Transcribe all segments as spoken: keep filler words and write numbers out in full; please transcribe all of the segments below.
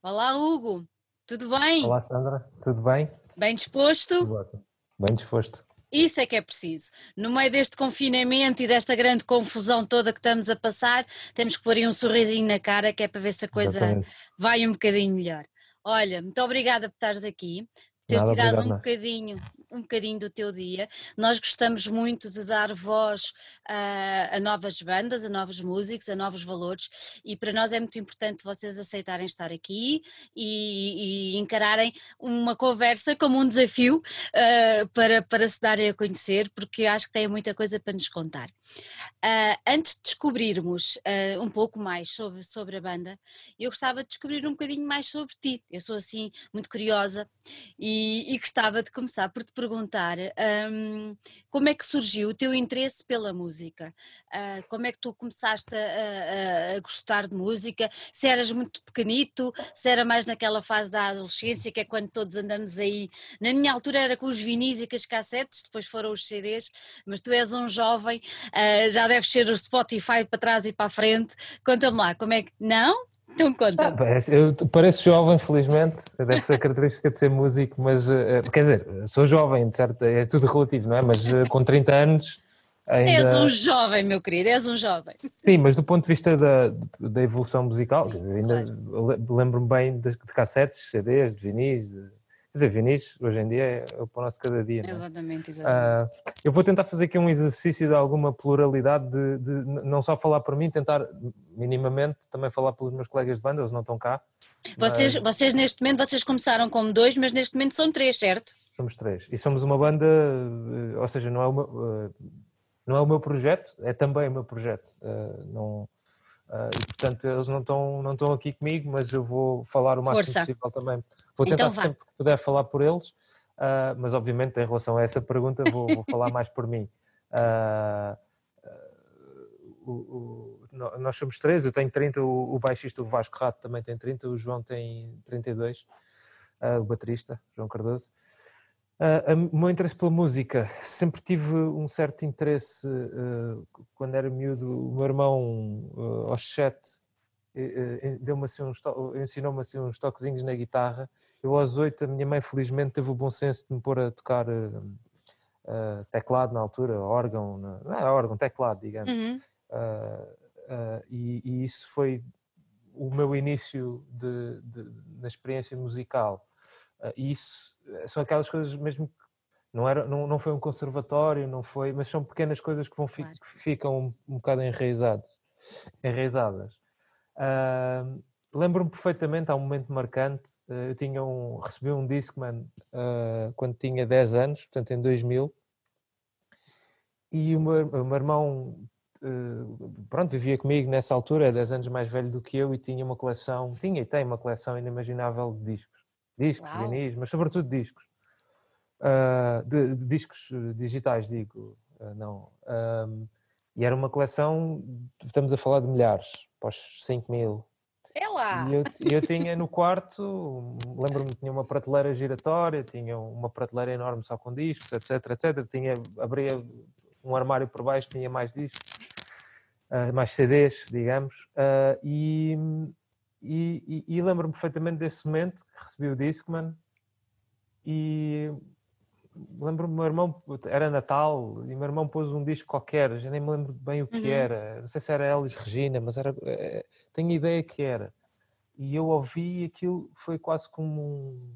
Olá, Hugo, tudo bem? Olá Sandra, tudo bem? Bem disposto? Tudo ótimo. Bem disposto. Isso é que é preciso. No meio deste confinamento e desta grande confusão toda que estamos a passar, temos que pôr aí um sorrisinho na cara, que é para ver se a coisa Exatamente. vai um bocadinho melhor. Olha, muito obrigada por estares aqui, por teres Nada, tirado obrigado, um não. bocadinho, um bocadinho do teu dia. Nós gostamos muito de dar voz a, a novas bandas, a novos músicos, a novos valores, e para nós é muito importante vocês aceitarem estar aqui e, e encararem uma conversa como um desafio uh, para, para se darem a conhecer, porque acho que têm muita coisa para nos contar. Uh, antes de descobrirmos uh, um pouco mais sobre, sobre a banda, eu gostava de descobrir um bocadinho mais sobre ti. Eu sou assim muito curiosa e, e gostava de começar por te perguntar um, como é que surgiu o teu interesse pela música? Uh, como é que tu começaste a, a, a gostar de música? Se eras muito pequenito, se era mais naquela fase da adolescência, que é quando todos andamos aí. Na minha altura era com os vinis e com as cassetes, depois foram os C Ds, mas tu és um jovem, uh, já deves ser o Spotify para trás e para a frente. Conta-me lá, como é que... Não? Então Ah, conta-me. parece, eu pareço jovem, felizmente, deve ser característica de ser músico, mas eh, quer dizer, sou jovem, de certo, é tudo relativo, não é? Mas eh, com trinta anos És um ainda. jovem, meu querido, és um jovem. Sim, mas do ponto de vista da, da evolução musical, quer Sim, dizer, ainda claro. lembro-me bem de, de cassetes, C Ds, de vinis, de, quer dizer, vinis hoje em dia é o pão nosso cada dia, não é? Exatamente, exatamente. Uh, eu vou tentar fazer aqui um exercício de alguma pluralidade, de, de não só falar por mim, tentar minimamente também falar pelos meus colegas de banda, eles não estão cá, Vocês, mas vocês neste momento, vocês começaram como dois, mas neste momento são três, certo? somos três. E somos uma banda, uh, ou seja, não é, uma, uh, não é o meu projeto, é também o meu projeto. Uh, não, uh, e portanto eles não estão, não estão aqui comigo, mas eu vou falar o máximo Força. possível também. Vou tentar Então vá. sempre que puder falar por eles, uh, mas obviamente em relação a essa pergunta vou, vou falar mais por mim. Uh, O, o, nós somos três, eu tenho trinta, o, o baixista, o Vasco Rato, também tem trinta, o João tem trinta e dois, uh, o baterista, João Cardoso. Uh, o meu interesse pela música, sempre tive um certo interesse, uh, quando era miúdo, o meu irmão, uh, aos sete, uh, deu-me assim uns ensinou-me assim uns toquezinhos na guitarra. Eu aos oito, a minha mãe felizmente teve o bom senso de me pôr a tocar uh, uh, teclado na altura, órgão, não é órgão, teclado, digamos. Uhum. Uh, uh, e, e isso foi o meu início de, de, na experiência musical. Uh, e isso são aquelas coisas mesmo que não, era, não, não foi um conservatório, não foi, mas são pequenas coisas que, vão, Claro. que ficam um, um bocado enraizadas. enraizadas. Uh, Lembro-me perfeitamente, há um momento marcante, uh, eu tinha um, recebi um Discman uh, quando tinha dez anos, portanto em dois mil, e o meu, o meu irmão pronto, vivia comigo nessa altura, é dez anos mais velho do que eu, e tinha uma coleção, tinha e tem uma coleção inimaginável de discos. Discos, Uau. vinis, mas sobretudo discos. Uh, de, de discos digitais, digo, uh, não. Um, e era uma coleção, estamos a falar de milhares, após cinco mil. É E lá. eu, eu tinha no quarto, lembro-me que tinha uma prateleira giratória, tinha uma prateleira enorme só com discos, etc, etc. Tinha, abria um armário por baixo, tinha mais discos. Uh, mais C Ds, digamos, uh, e, e, e lembro-me perfeitamente desse momento que recebi o Discman e lembro-me, meu irmão, era Natal e o meu irmão pôs um disco qualquer, já nem me lembro bem o que Uhum. era, não sei se era Elis Regina, mas era, é, tenho ideia que era. E eu ouvi e aquilo foi quase como um,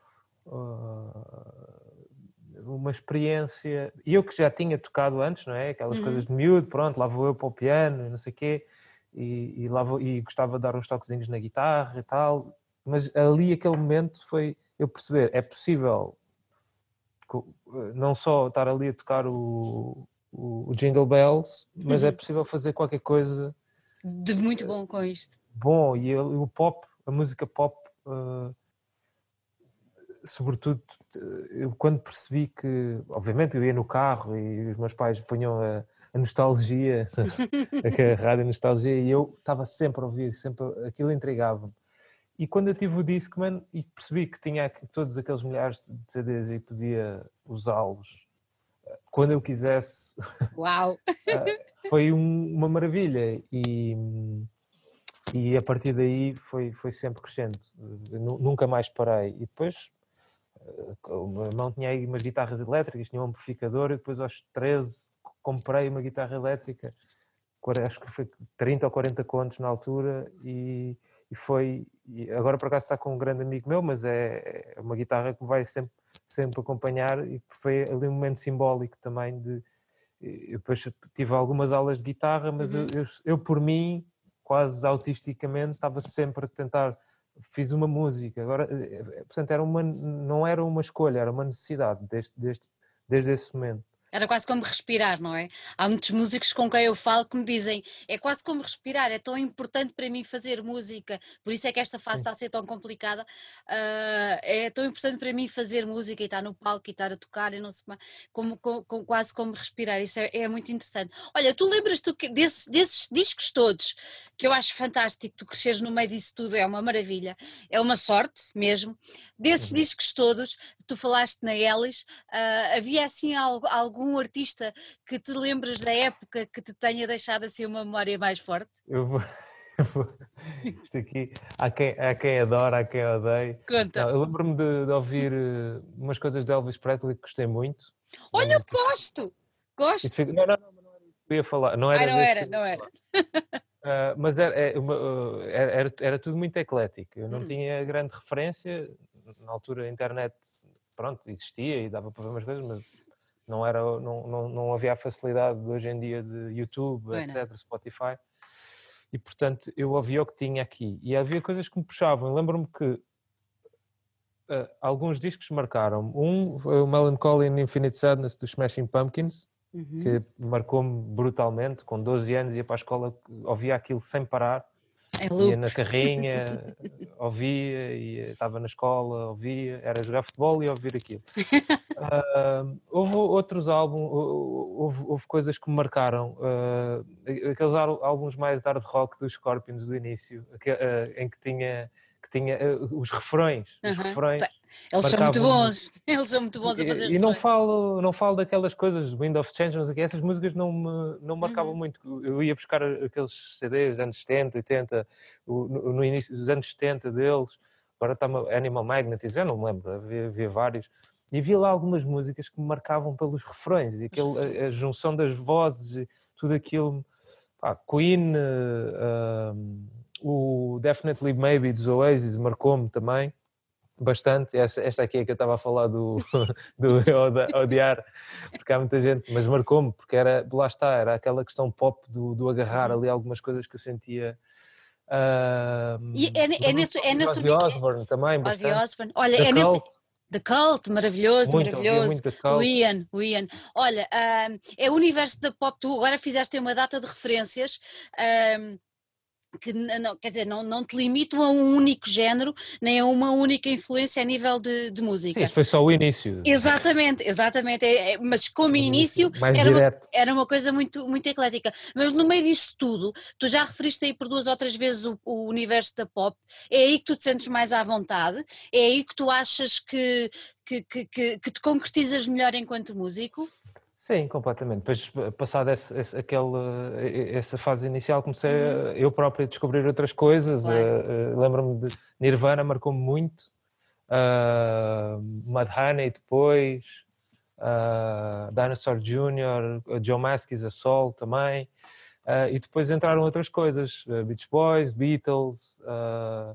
uh, uma experiência, e eu que já tinha tocado antes, não é? Aquelas Uhum. coisas de miúdo, pronto, lá vou eu para o piano e não sei o quê, e, e, lá vou, e gostava de dar uns toquezinhos na guitarra e tal, mas ali aquele momento foi eu perceber, é possível não só estar ali a tocar o, o, o Jingle Bells, mas é Uhum. possível fazer qualquer coisa De muito bom com isto. bom, e ele, o pop, a música pop, uh, sobretudo, eu quando percebi que, obviamente eu ia no carro e os meus pais punham a, a nostalgia, a rádio nostalgia, e eu estava sempre a ouvir, sempre, aquilo intrigava-me. E quando eu tive o Discman e percebi que tinha todos aqueles milhares de C Ds e podia usá-los quando eu quisesse, Uau. foi um, uma maravilha. E e a partir daí foi, foi sempre crescendo, eu nunca mais parei. E depois o meu irmão tinha aí umas guitarras elétricas, tinha um amplificador, e depois aos treze comprei uma guitarra elétrica, acho que foi trinta ou quarenta contos na altura, e, e foi, e agora por acaso está com um grande amigo meu, mas é, é uma guitarra que me vai sempre, sempre acompanhar, e foi ali um momento simbólico também de, eu depois tive algumas aulas de guitarra, mas uhum. eu, eu, eu por mim, quase autisticamente, estava sempre a tentar, fiz uma música, agora, portanto, era uma, não era uma escolha, era uma necessidade desde, desde, desde esse momento. Era quase como respirar, não é? Há muitos músicos com quem eu falo que me dizem, é quase como respirar, é tão importante para mim fazer música, por isso é que esta fase Sim. está a ser tão complicada, uh, é tão importante para mim fazer música e estar no palco e estar a tocar, e não sei como, como, como, quase como respirar, isso é, é muito interessante. Olha, tu lembras-te desse, desses discos todos, que eu acho fantástico, tu cresceres no meio disso tudo, é uma maravilha, é uma sorte mesmo, desses uhum. discos todos, tu falaste na Elis, uh, havia assim algo, algo algum artista que te lembres da época que te tenha deixado assim uma memória mais forte? Eu vou, eu vou isto aqui, há quem, há quem adora, há quem odeia. Conta. Não, eu lembro-me de, de ouvir umas coisas de Elvis Presley que gostei muito. Olha, eu gosto! Gosto! Fica, não, não, não, não era isso que eu ia falar. Não era, Ai, não era, não era. Uh, mas era, era, era, era tudo muito eclético. Eu não hum. tinha grande referência. Na altura a internet, pronto, existia e dava para ver umas coisas, mas não, era, não, não, não havia a facilidade de hoje em dia de YouTube, Bem, etcétera, não. Spotify. E, portanto, eu ouvia o que tinha aqui. E havia coisas que me puxavam. Lembro-me que uh, alguns discos marcaram. Um foi o Melancholy and Infinite Sadness dos Smashing Pumpkins, uhum. que marcou-me brutalmente. Com doze anos ia para a escola, ouvia aquilo sem parar. É ia na carrinha, ouvia, ia, estava na escola, ouvia, era jogar futebol e ouvir aquilo. Uh, houve outros álbuns, houve, houve coisas que me marcaram, uh, aqueles álbuns mais de hard rock dos Scorpions do início, que, uh, em que tinha, que tinha uh, os refrões, uhum. os refrões. Eles são muito bons, eles são muito bons a fazer E, e não falo, não falo daquelas coisas, Wind of Change, não sei o quê, essas músicas não me, não me marcavam uhum. muito. Eu ia buscar aqueles C Ds dos anos setenta, oitenta, no, no início dos anos setenta deles, agora está Animal Magnetism, eu não me lembro, havia, havia vários. E havia lá algumas músicas que me marcavam pelos refrões, e aquele, a, a junção das vozes, e tudo aquilo. Pá, Queen, uh, um, o Definitely Maybe dos Oasis marcou-me também bastante. Esta, esta aqui é que eu estava a falar do, do odiar, porque há muita gente, mas marcou-me, porque era, lá está, era aquela questão pop do, do agarrar ali algumas coisas que eu sentia. Uh, e é, é nesse, é nesse Ozzy Osbourne também, Ozzy Osbourne. Olha, The é Cult. nesse... The Cult, maravilhoso, muito, maravilhoso. Muito o Ian, o Ian. Olha, um, é o universo da pop, tu agora fizeste uma data de referências. Um, que não, quer dizer, não, não te limitam a um único género, nem a uma única influência a nível de, de música. Sim, isto foi só o início. Exatamente, exatamente, é, é, mas como início mais era uma, direto. era uma coisa muito, muito eclética, mas no meio disso tudo, tu já referiste aí por duas ou três vezes o, o universo da pop, é aí que tu te sentes mais à vontade, é aí que tu achas que, que, que, que, que te concretizas melhor enquanto músico? Sim, completamente. Depois, passada esse, esse, aquele, essa fase inicial, comecei uhum. a, eu próprio a descobrir outras coisas. Claro. Uh, uh, lembro-me de Nirvana, marcou-me muito. Uh, Mudhoney depois. Uh, Dinosaur júnior, Joe Maskis, a Soul também. Uh, e depois entraram outras coisas. Uh, Beach Boys, Beatles, uh,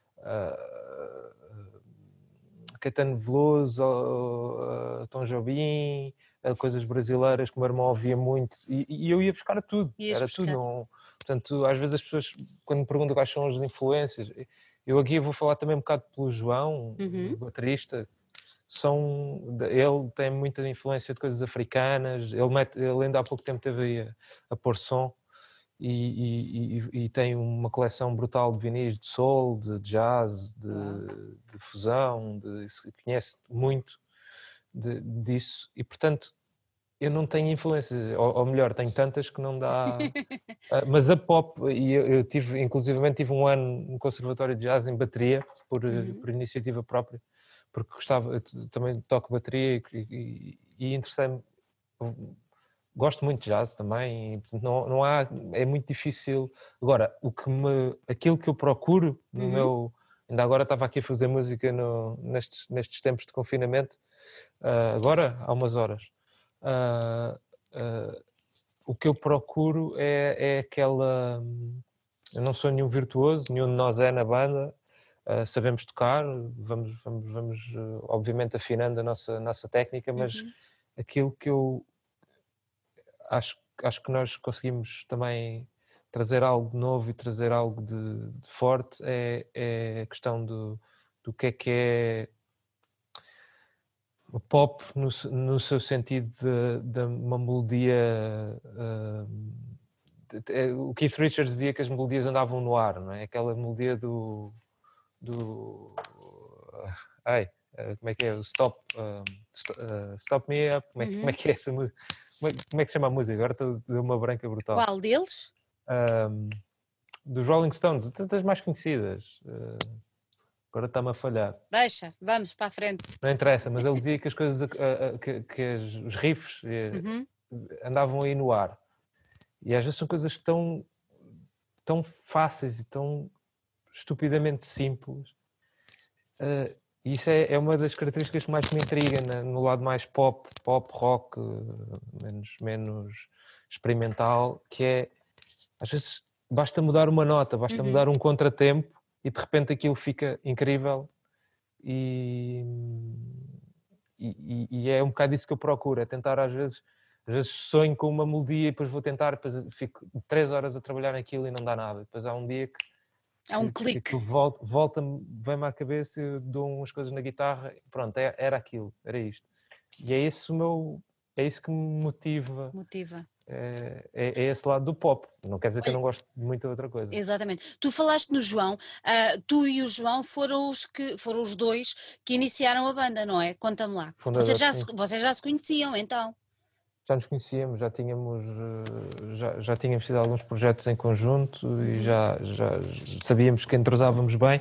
uh, Caetano Veloso, uh, Tom Jobim, coisas brasileiras que o meu irmão ouvia muito, e, e eu ia buscar a tudo, Ias era buscar. tudo. Não, portanto, às vezes as pessoas, quando me perguntam quais são as influências, eu aqui vou falar também um bocado pelo João, uhum. o baterista, são, ele tem muita influência de coisas africanas, ele, mete, ele ainda há pouco tempo teve a, a pôr som, e, e, e, e tem uma coleção brutal de vinis de soul, de jazz, de, uhum. de fusão, de, conhece muito de, disso, e portanto eu não tenho influências, ou, ou melhor, tenho tantas que não dá. Mas a pop, e eu, eu tive, inclusivamente tive um ano no Conservatório de Jazz em bateria, por, uhum. por iniciativa própria, porque gostava, também toco bateria e, e, e interessei-me gosto muito de jazz também, e, portanto, não, não há, é muito difícil. Agora, o que me, aquilo que eu procuro no Uhum. meu, ainda agora estava aqui a fazer música no, nestes, nestes tempos de confinamento, uh, agora há umas horas. Uh, uh, o que eu procuro é, é aquela, eu não sou nenhum virtuoso, nenhum de nós é na banda, uh, sabemos tocar, vamos, vamos, vamos uh, obviamente afinando a nossa, nossa técnica, mas Uhum. aquilo que eu acho, acho que nós conseguimos também trazer algo novo e trazer algo de, de forte é, é a questão do, do que é que é o pop no, no seu sentido de, de uma melodia. Uh, de, de, o Keith Richards dizia que as melodias andavam no ar, não é? Aquela melodia do. do ai, como é que é? O Stop, uh, uh, Stop Me Up, como é, Uhum. como é que é essa música? Como é, como é que chama a música? Agora estou deu uma branca brutal. Qual deles? Um, dos Rolling Stones, das mais conhecidas. Uh, agora está-me a falhar. Deixa, vamos para a frente. Não interessa, mas ele dizia que as coisas, uh, uh, que, que as, os riffs uh, Uhum. andavam aí no ar. E às vezes são coisas tão, tão fáceis e tão estupidamente simples. Uh, E isso é, é uma das características que mais me intriga na, no lado mais pop, pop, rock, menos, menos experimental, que é, às vezes, basta mudar uma nota, basta Uhum. mudar um contratempo e de repente aquilo fica incrível e, e, e é um bocado isso que eu procuro, é tentar às vezes, às vezes sonho com uma melodia e depois vou tentar, depois fico três horas a trabalhar naquilo e não dá nada, depois há um dia que Há um que, clique. que volta, volta-me, vem-me à cabeça, eu dou umas coisas na guitarra, pronto, é, era aquilo, era isto. E é isso o meu, é isso que me motiva, Motiva. é, é, é esse lado do pop. Não quer dizer que eu Olha, não gosto de muita outra coisa. exatamente. Tu falaste no João, uh, tu e o João foram os, que, foram os dois que iniciaram a banda, não é? Conta-me lá. Vocês Fundador, já, sim. se, vocês já se conheciam, então? Já nos conhecíamos, já tínhamos, já, já tínhamos tido alguns projetos em conjunto Uhum. e já, já sabíamos que entrosávamos bem.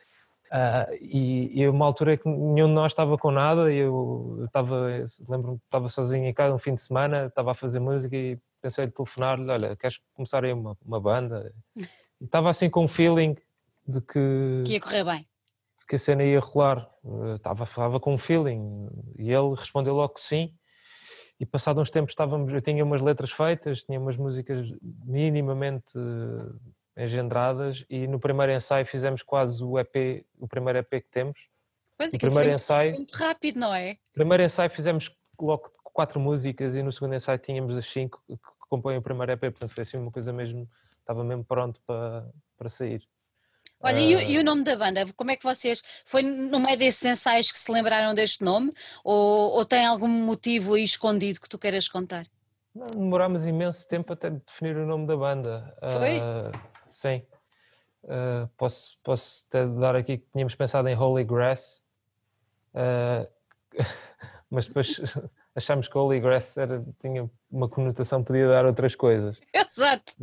Uh, e, e uma altura que nenhum de nós estava com nada, e eu estava, lembro-me que estava sozinho em casa um fim de semana, estava a fazer música e pensei de telefonar-lhe, olha, queres começar aí uma, uma banda? E estava assim com um feeling de que, Que ia correr bem. de que a cena ia rolar, uh, estava, estava com um feeling, e ele respondeu logo que sim, e passado uns tempos estávamos, eu tinha umas letras feitas, tinha umas músicas minimamente uh, engendradas, e no primeiro ensaio fizemos quase o E P, o primeiro E P que temos. Pois, No aquilo foi primeiro muito, ensaio, foi muito rápido, não é? no primeiro ensaio fizemos logo quatro músicas e no segundo ensaio tínhamos as cinco que compõem o primeiro E P, portanto foi assim uma coisa mesmo, estava mesmo pronto para, para sair. Olha, e, o- e o Uh, nome da banda? Como é que vocês. Foi no meio desses ensaios que se lembraram deste nome? Ou, ou tem algum motivo aí escondido que tu queiras contar? não, demorámos imenso tempo até definir o nome da banda. Foi? Uh, sim. Uh, posso, posso até dar aqui que tínhamos pensado em Holy Grass, uh, mas depois achámos que Holy Grass era, tinha uma conotação, podia dar outras coisas. Exato.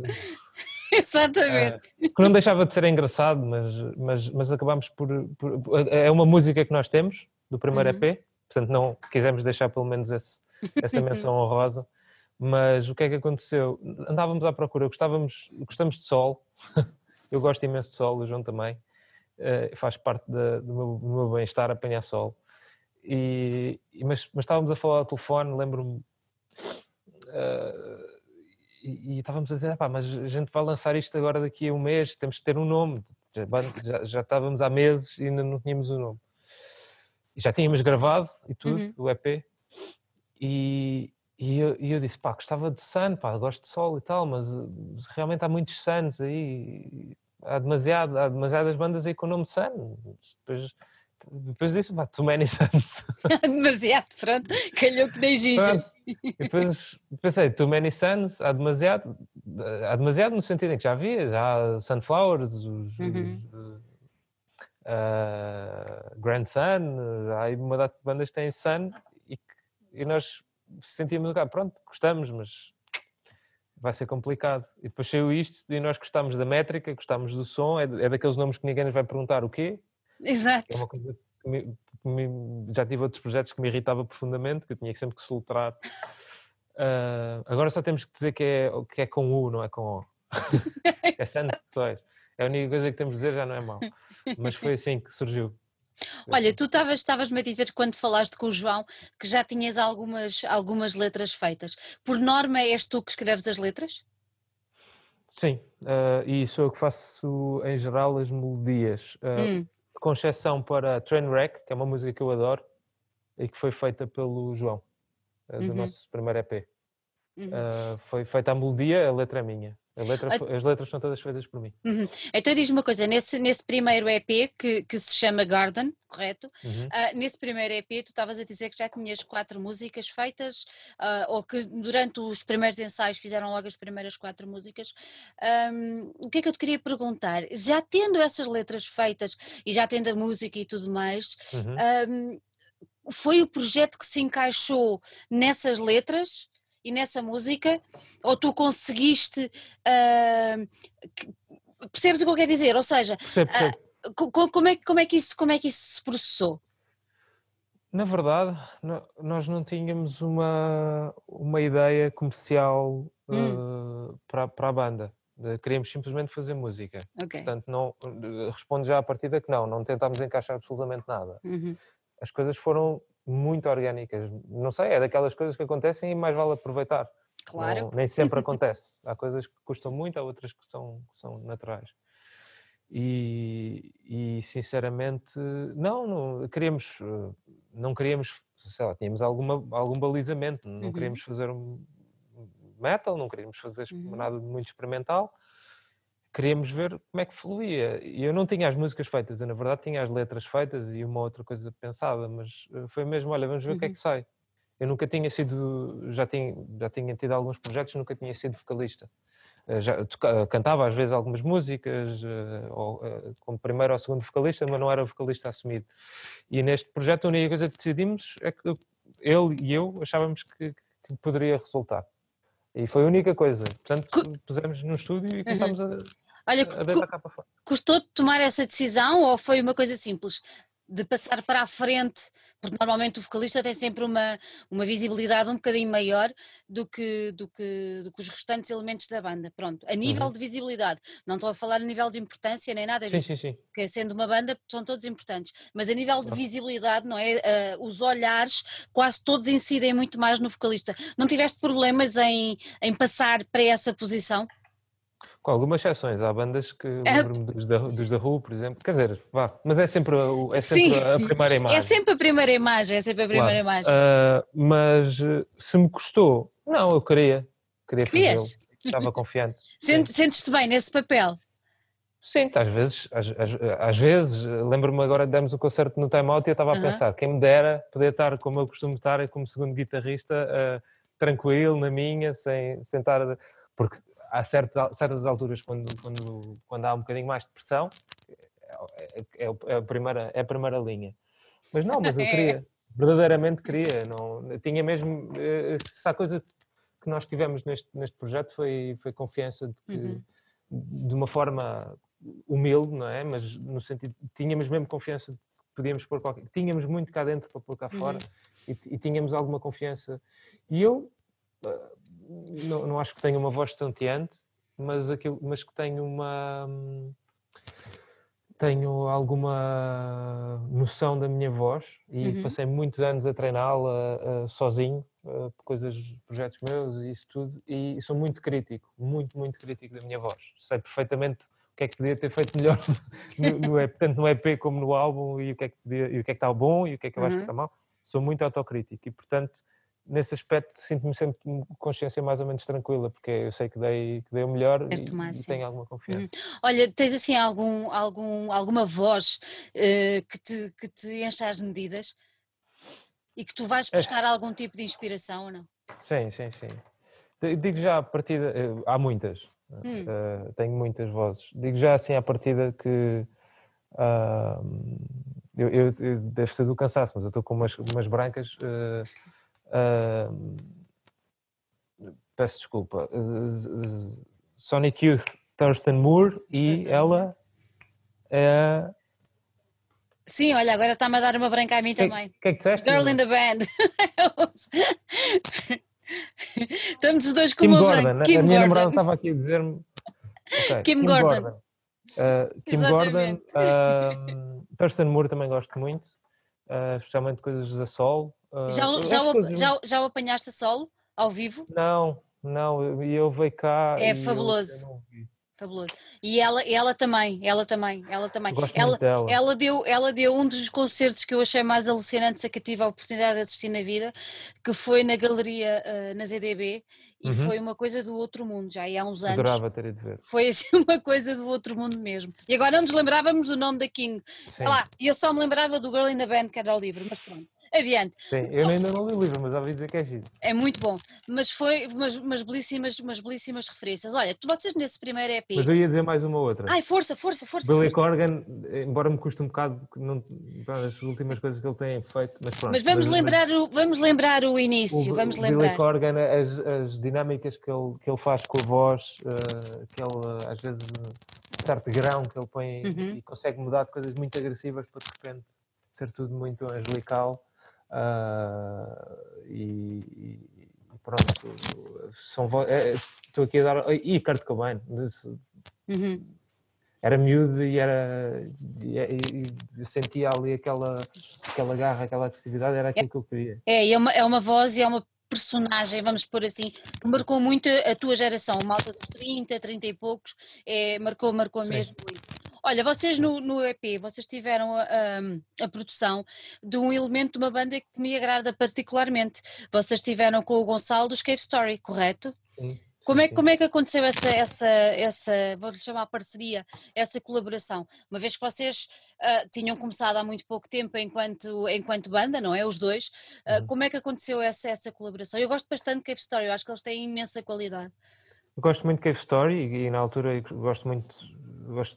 Exatamente. Uh, que não deixava de ser engraçado, mas, mas, mas acabámos por, por. É uma música que nós temos, do primeiro Uhum. E P, portanto não quisemos deixar pelo menos esse, essa menção honrosa. Mas o que é que aconteceu? Andávamos à procura, gostávamos, gostamos de sol, eu gosto imenso de sol, o João também, uh, faz parte da, do meu, do meu bem-estar apanhar sol. E, mas, mas estávamos a falar ao telefone, lembro-me. Uh, E, e estávamos a dizer, pá, mas a gente vai lançar isto agora daqui a um mês, temos que ter um nome. Já, já, já estávamos há meses e ainda não tínhamos um nome. E já tínhamos gravado e tudo, Uhum. o E P. E, e, eu, e eu disse, pá, gostava de Sun, pá, gosto de sol e tal, mas realmente há muitos Suns aí. Há, demasiado, há demasiadas bandas aí com o nome Sun. Depois, depois disso, pá, too many Suns. Demasiado, pronto, calhou que nem ginger. E depois pensei, too many suns, há demasiado, há demasiado no sentido em que já havia, já há Sunflowers, os, Uhum. os uh, Grand Sun, há aí uma data de bandas que têm Sun e, que, e nós sentíamos, ah, pronto, gostamos, mas vai ser complicado. E depois saiu isto e nós gostámos da métrica, gostámos do som, é, é daqueles nomes que ninguém nos vai perguntar o quê. Exato. É uma coisa que me, que me, já tive outros projetos que me irritava profundamente, que eu tinha sempre que soltar. Uh, agora só temos que dizer que é, que é com U, não é com O. É Santos Pessoas. É a única coisa que temos de dizer, já não é mau. Mas foi assim que surgiu. Olha, tu estavas-me a dizer quando falaste com o João que já tinhas algumas, algumas letras feitas. Por norma és tu que escreves as letras? Sim, uh, e sou eu que faço em geral as melodias. Uh, Hum. Com exceção para Trainwreck, que é uma música que eu adoro e que foi feita pelo João, uh, do Uhum. nosso primeiro E P. Uhum. Uh, foi feita a melodia, a letra é minha. A letra, Ah, as letras são todas feitas por mim. Uhum. Então diz-me uma coisa, nesse, nesse primeiro E P que, que se chama Garden, correto? Uhum. Uh, nesse primeiro E P tu estavas a dizer que já tinhas quatro músicas feitas, uh, ou que durante os primeiros ensaios fizeram logo as primeiras quatro músicas. Um, o que é que eu te queria perguntar? Já tendo essas letras feitas e já tendo a música e tudo mais, Uhum. um, foi o projeto que se encaixou nessas letras e nessa música, ou tu conseguiste, uh, que, percebes o que eu quero dizer? Ou seja, Percebo, percebo. uh, co como, é, como, é que isso, como é que isso se processou? Na verdade, no, nós não tínhamos uma, uma ideia comercial uh, Hum. para, para a banda. Uh, queríamos simplesmente fazer música. Okay. Portanto, não, uh, respondo já à partida que não, não tentámos encaixar absolutamente nada. Uhum. As coisas foram muito orgânicas. Não sei, é daquelas coisas que acontecem e mais vale aproveitar. Claro. Não, nem sempre acontece. Há coisas que custam muito, há outras que são, que são naturais. E, e sinceramente, não, não queríamos, não queríamos, sei lá, tínhamos alguma, algum balizamento, não Uhum. queríamos fazer um metal, não queríamos fazer Uhum. nada de muito experimental, queríamos ver como é que fluía. E eu não tinha as músicas feitas, eu na verdade tinha as letras feitas e uma outra coisa pensada, mas foi mesmo, olha, vamos ver Uhum. o que é que sai. Eu nunca tinha sido, já tinha, já tinha tido alguns projetos, nunca tinha sido vocalista. Já toca, cantava às vezes algumas músicas, ou, como primeiro ou segundo vocalista, mas não era vocalista assumido. E neste projeto a única coisa que decidimos é que ele e eu achávamos que, que poderia resultar. E foi a única coisa. Portanto, pusemos no estúdio e começámos uhum. a, Olha, a deitar cá para fora. Custou-te tomar essa decisão ou foi uma coisa simples? De passar para a frente, porque normalmente o vocalista tem sempre uma, uma visibilidade um bocadinho maior do que, do, que, do que os restantes elementos da banda, pronto, a nível uhum. de visibilidade, não estou a falar a nível de importância nem nada disso, sim, sim, sim. porque sendo uma banda são todos importantes, mas a nível de visibilidade, não é, uh, os olhares quase todos incidem muito mais no vocalista, não tiveste problemas em, em passar para essa posição? Com algumas exceções, há bandas que lembro-me dos da, dos da Who, por exemplo, quer dizer, vá, mas é sempre, é sempre a primeira imagem. É sempre a primeira imagem, é sempre a primeira claro. imagem. Uh, mas se me custou, não, eu queria, queria fazê-lo, estava confiante. Sentes-te bem nesse papel? Sim, às vezes, às, às, às vezes, lembro-me agora de darmos o concerto no Time Out e eu estava a uh-huh. pensar, quem me dera poder estar como eu costumo estar, como segundo guitarrista, uh, tranquilo, na minha, sem, sem estar, porque há certas, certas alturas quando, quando, quando há um bocadinho mais de pressão, é, é, é, a, primeira, é a primeira linha. Mas não, mas eu queria, verdadeiramente queria, não, eu tinha mesmo, se há coisa que nós tivemos neste, neste projeto foi, foi confiança de que, uhum. de uma forma humilde, não é? Mas no sentido, tínhamos mesmo confiança de que podíamos pôr qualquer, tínhamos muito cá dentro para pôr cá fora uhum. e, e tínhamos alguma confiança. E eu não, não acho que tenha uma voz tonteante, mas, aquilo, mas que tenho uma... tenho alguma noção da minha voz e uhum. passei muitos anos a treiná-la uh, sozinho, uh, por coisas, projetos meus e isso tudo, e, e sou muito crítico, muito, muito crítico da minha voz. Sei perfeitamente o que é que podia ter feito melhor, no, no, tanto no E P como no álbum, e o que é que, podia, e o que, é que está bom e o que é que eu acho uhum. que está mal. Sou muito autocrítico e, portanto, nesse aspecto sinto-me sempre com consciência mais ou menos tranquila, porque eu sei que dei, que dei o melhor e, e tenho alguma confiança. Uhum. Olha, tens assim algum, algum, alguma voz uh, que, te, que te enche as medidas e que tu vais buscar é. algum tipo de inspiração ou não? Sim, sim, sim. Digo já à partida, há muitas, hum. uh, tenho muitas vozes. Digo já assim à partida que uh, eu, eu, eu deve ser do cansaço, mas eu estou com umas, umas brancas... Uh, Uh, peço desculpa, uh, Sonic Youth, Thurston Moore, e Thurston ela é... Sim, olha, agora está-me a dar uma branca a mim que, também. que é que disseste? Girl in the Band. Estamos os dois com Kim uma Gordon, branca. a Kim minha namorada Gordon. estava aqui a dizer-me. Okay, Kim Kim Gordon. Gordon. Uh, Kim Exatamente. Gordon, uh, Thurston Moore também gosto muito, uh, especialmente coisas da Sol. Uh, Já, o- já, o- coisas... já, já o apanhaste a solo, ao vivo? Não, não, e eu veio cá É e eu, eu fabuloso. não vi. Fabuloso. E ela, ela também, ela também, ela também. Eu gosto Ela, muito dela. ela, deu, ela deu um dos concertos que eu achei mais alucinantes a que tive a oportunidade de assistir na vida, que foi na galeria, uh, na Z D B, e Uhum. foi uma coisa do outro mundo, já há uns anos. Adorava ter ido ver. Foi assim uma coisa do outro mundo mesmo. E agora não nos lembrávamos do nome da King. Sim. Ah lá, e eu só me lembrava do Girl in the Band, que era o livro, mas pronto. Adiante. Sim, eu ainda não li o livro, mas ouvi dizer que é giro. É muito bom, mas foi umas, umas, belíssimas, umas belíssimas referências. Olha, tu, vocês nesse primeiro E P... Mas eu ia dizer mais uma outra. Ai, força, força, força. Billy força. Corgan, embora me custe um bocado, não, as últimas coisas que ele tem feito, mas pronto. Mas vamos, mas, lembrar, mas o, vamos lembrar o início, o, vamos o lembrar. Billy Corgan, as, as dinâmicas que ele, que ele faz com a voz, uh, que ele, às vezes, um certo grão que ele põe Uhum. e consegue mudar de coisas muito agressivas para de repente ser tudo muito angelical. Uh, e, e pronto, são vo- é, estou aqui a dar. E Kurt Cobain, Uhum. era miúdo e era e, e, e sentia ali aquela, aquela garra, aquela agressividade, era aquilo que eu queria. É, é uma, é uma voz e é uma personagem, vamos pôr assim, que marcou muito a tua geração, uma alta dos trinta, trinta e poucos, é, marcou, marcou Sim. mesmo muito. Olha, vocês no, no E P, vocês tiveram a, a, a produção de um elemento de uma banda que me agrada particularmente. Vocês tiveram com o Gonçalo dos Cave Story, correto? Sim, Como sim, é, sim. como é que aconteceu essa, essa, essa vou-lhe chamar parceria, essa colaboração? Uma vez que vocês uh, tinham começado há muito pouco tempo enquanto, enquanto banda, não é? Os dois, uh, Uhum. como é que aconteceu essa, essa colaboração? Eu gosto bastante de Cave Story, eu acho que eles têm imensa qualidade. Eu gosto muito de Cave Story e, e na altura eu gosto muito, gosto,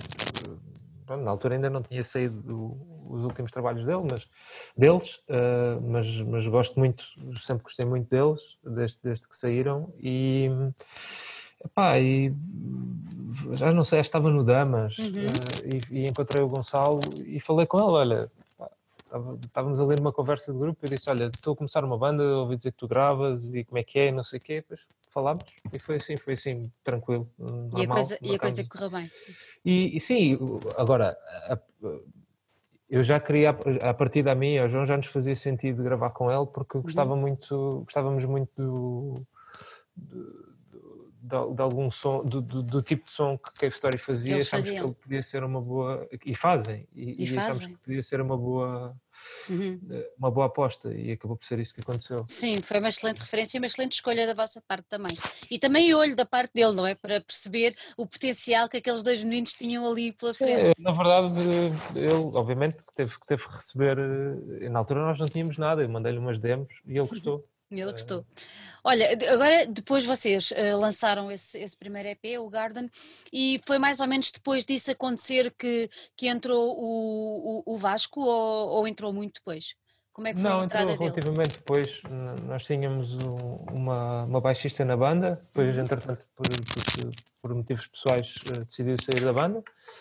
bom, na altura ainda não tinha saído do, os últimos trabalhos dele, mas, deles, uh, mas, mas gosto muito, sempre gostei muito deles, desde, desde que saíram e, epá, e já não sei, estava no Damas Uhum. uh, e, e encontrei o Gonçalo e falei com ele, olha, estávamos a ler uma conversa de grupo e eu disse, olha, estou a começar uma banda, ouvi dizer que tu gravas e como é que é, não sei o quê, depois falámos e foi assim, foi assim, tranquilo, normal. E a coisa, e a coisa correu bem. E, e sim, agora, a, eu já queria, a partir da minha, o João já nos fazia sentido gravar com ele porque gostava Uhum. muito, gostávamos muito do, do, de, de algum som, do, do, do tipo de som que Cave Story fazia, Eles achámos faziam. que ele podia ser uma boa, e fazem, e, E e achámos fazem. que podia ser uma boa, Uhum. uma boa aposta e acabou por ser isso que aconteceu. Sim, foi uma excelente referência e uma excelente escolha da vossa parte também. E também olho da parte dele, não é? Para perceber o potencial que aqueles dois meninos tinham ali pela frente. É, na verdade, ele obviamente que teve que teve que receber, na altura nós não tínhamos nada, eu mandei-lhe umas demos e ele gostou. Ele gostou. Olha, agora depois vocês uh, lançaram esse, esse primeiro E P, o Garden, e foi mais ou menos depois disso acontecer que, que entrou o, o, o Vasco ou, ou entrou muito depois? Como é que foi Não, a entrada entrou dele? relativamente depois. Nós tínhamos um, uma, uma baixista na banda, depois, Uhum. entretanto, por, por, por motivos pessoais, decidiu sair da banda.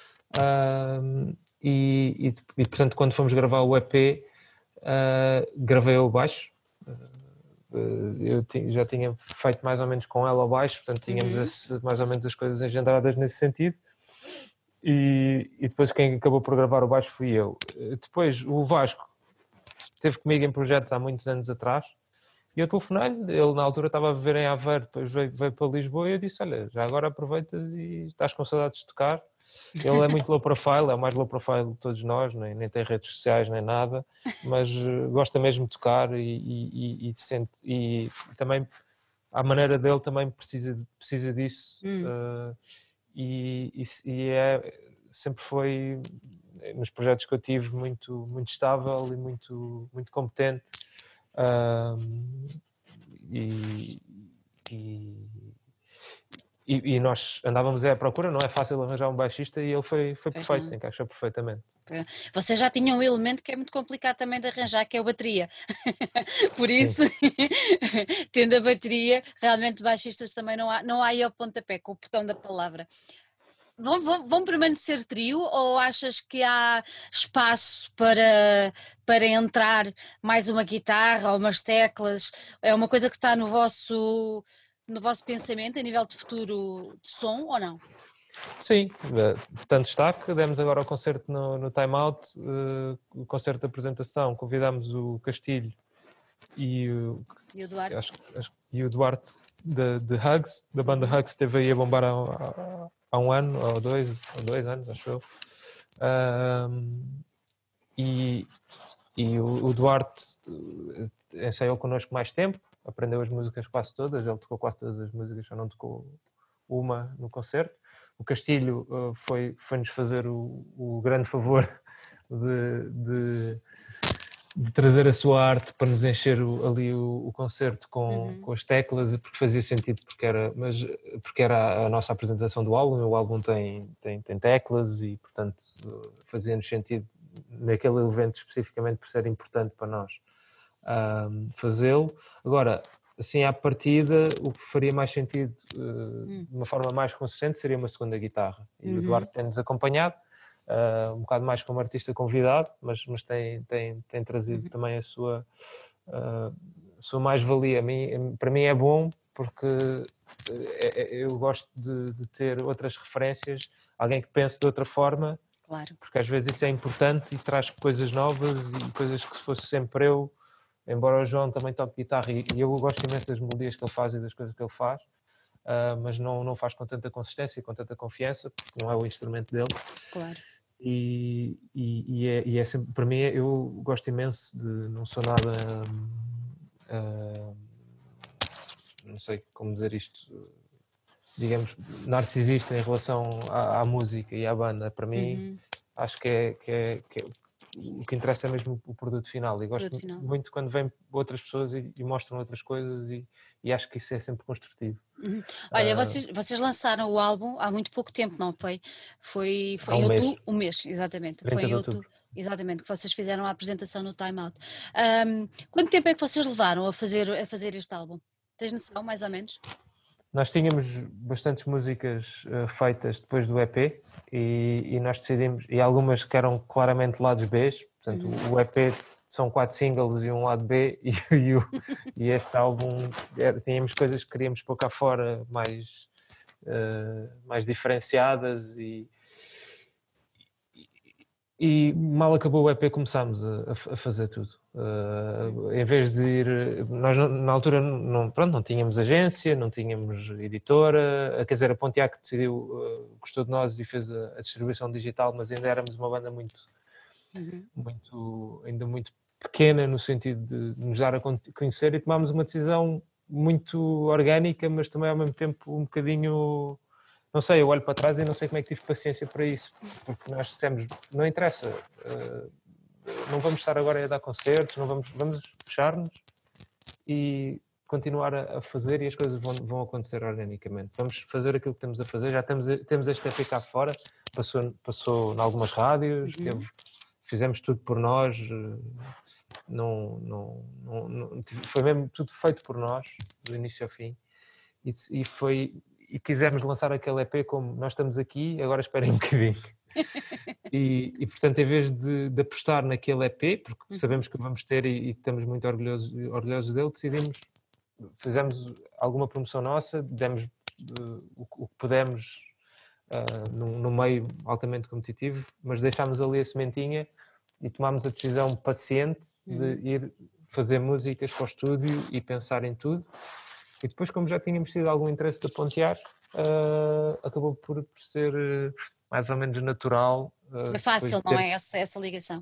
Uh, e, e, e, portanto, quando fomos gravar o E P, uh, gravei o baixo. Uh, eu t- já tinha feito mais ou menos com ela ao baixo, portanto, tínhamos Uhum. esse, mais ou menos as coisas engendradas nesse sentido. E, e depois, quem acabou por gravar o baixo fui eu. Uh, depois, o Vasco esteve comigo em projetos há muitos anos atrás e eu telefonei-lhe, ele na altura estava a viver em Aveiro, depois veio, veio para Lisboa e eu disse, olha, já agora aproveitas e estás com saudades de tocar. Ele é muito low profile, é o mais low profile de todos nós, nem, nem tem redes sociais nem nada, mas uh, gosta mesmo de tocar e, e, e, e sente, e também à maneira dele também precisa, precisa disso. Hum. Uh, e, e, e é, sempre foi nos projetos que eu tive muito, muito estável e muito, muito competente. Um, e, e, e nós andávamos à procura, não é fácil arranjar um baixista e ele foi, foi Pois perfeito, não. encaixou perfeitamente. Vocês já tinham um elemento que é muito complicado também de arranjar, que é a bateria. Por Sim. isso, tendo a bateria, realmente baixistas também não há, não há aí ao pontapé, com o botão da palavra. vão, vão, vão permanecer trio ou achas que há espaço para, para entrar mais uma guitarra ou umas teclas? É uma coisa que está no vosso, no vosso pensamento a nível de futuro de som ou não? Sim, tanto está que demos agora o concerto no, no Time Out, uh, o concerto de apresentação, convidámos o Castilho e o, E o Duarte? acho, acho, e o Duarte de, de Hugs, da banda Hugs, esteve aí a bombar há, há, há um ano, ou dois, ou dois anos, acho eu. Um, e e o, o Duarte ensaiou connosco mais tempo, aprendeu as músicas quase todas, ele tocou quase todas as músicas, só não tocou uma no concerto. O Castilho uh, foi, foi-nos fazer o, o grande favor de, de, de trazer a sua arte para nos encher o, ali o, o concerto com, Uhum. com as teclas, porque fazia sentido, porque era, mas, porque era a nossa apresentação do álbum, o álbum tem, tem, tem teclas e, portanto, fazia-nos sentido naquele evento especificamente por ser importante para nós um, fazê-lo. Agora, assim à partida, o que faria mais sentido uh, hum. de uma forma mais consistente seria uma segunda guitarra. E uhum. o Duarte tem-nos acompanhado, uh, um bocado mais como artista convidado, mas, mas tem, tem, tem trazido uhum. também a sua, uh, a sua mais-valia. Para mim é bom porque eu gosto de, de ter outras referências, alguém que pense de outra forma, claro. Porque às vezes isso é importante e traz coisas novas e coisas que se fosse sempre eu, embora o João também toque guitarra e, e eu gosto imenso das melodias que ele faz e das coisas que ele faz, uh, mas não, não faz com tanta consistência e com tanta confiança, porque não é o instrumento dele. Claro. E, e, e, é, e é sempre, para mim, eu gosto imenso de, não sou nada, uh, não sei como dizer isto, digamos, narcisista em relação à, à música e à banda. Para mim, uhum. acho que é, que, é, que é o que interessa é mesmo o produto final. E gosto final. muito quando vêm outras pessoas e, e mostram outras coisas e, e acho que isso é sempre construtivo. Uhum. Olha, uh, vocês, vocês lançaram o álbum há muito pouco tempo, não foi? Foi, foi há um em outubro, mês. um mês, exatamente. trinta Foi em de outubro, outubro. Exatamente, que vocês fizeram a apresentação no Time Out. Um, quanto tempo é que vocês levaram a fazer, a fazer este álbum? Tens noção, mais ou menos? Nós tínhamos bastantes músicas uh, feitas depois do E P e, e nós decidimos, e algumas que eram claramente lados B, portanto uhum. o E P são quatro singles e um lado B e, e, o, e este álbum era, tínhamos coisas que queríamos pôr cá fora mais, uh, mais diferenciadas e, e mal acabou o E P começámos a, a fazer tudo. Uh, em vez de ir, nós na altura não, pronto, não tínhamos agência, não tínhamos editora, quer dizer, a Pontiac decidiu, uh, gostou de nós e fez a, a distribuição digital, mas ainda éramos uma banda muito, uhum. muito, ainda muito pequena no sentido de nos dar a conhecer e tomámos uma decisão muito orgânica, mas também ao mesmo tempo um bocadinho... Não sei, eu olho para trás e não sei como é que tive paciência para isso, porque nós dissemos, não interessa, uh, não vamos estar agora a dar concertos, não vamos, vamos fechar-nos e continuar a, a fazer e as coisas vão, vão acontecer organicamente. Vamos fazer aquilo que temos a fazer, já temos, temos este E P cá fora, passou, passou em algumas rádios, uhum. teve, fizemos tudo por nós, não, não, não, não, foi mesmo tudo feito por nós, do início ao fim, e, e foi... e quisemos lançar aquele E P como nós estamos aqui, agora esperem um bocadinho. e, e portanto, em vez de, de apostar naquele E P, porque uhum. sabemos que o vamos ter e, e estamos muito orgulhosos, orgulhosos dele, decidimos, fizemos alguma promoção nossa, demos uh, o, o que pudemos uh, num, num meio altamente competitivo, mas deixámos ali a sementinha e tomámos a decisão paciente de uhum. ir fazer músicas para o estúdio e pensar em tudo. E depois, como já tínhamos tido algum interesse de pontear, uh, acabou por, por ser uh, mais ou menos natural. Uh, é fácil, ter, não é, essa, essa ligação?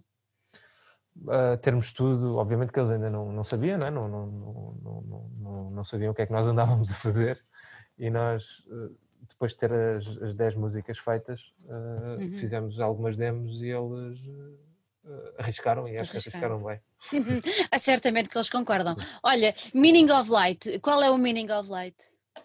Uh, termos tudo, obviamente que eles ainda não, não sabiam, não, é? não, não, não, não, não, não sabiam o que é que nós andávamos a fazer. E nós, uh, depois de ter as, as dez músicas feitas, uh, uhum. fizemos algumas demos e eles... Uh, Uh, arriscaram e acho que arriscaram bem. ah, certamente que eles concordam. Olha, Meaning of Light, qual é o Meaning of Light?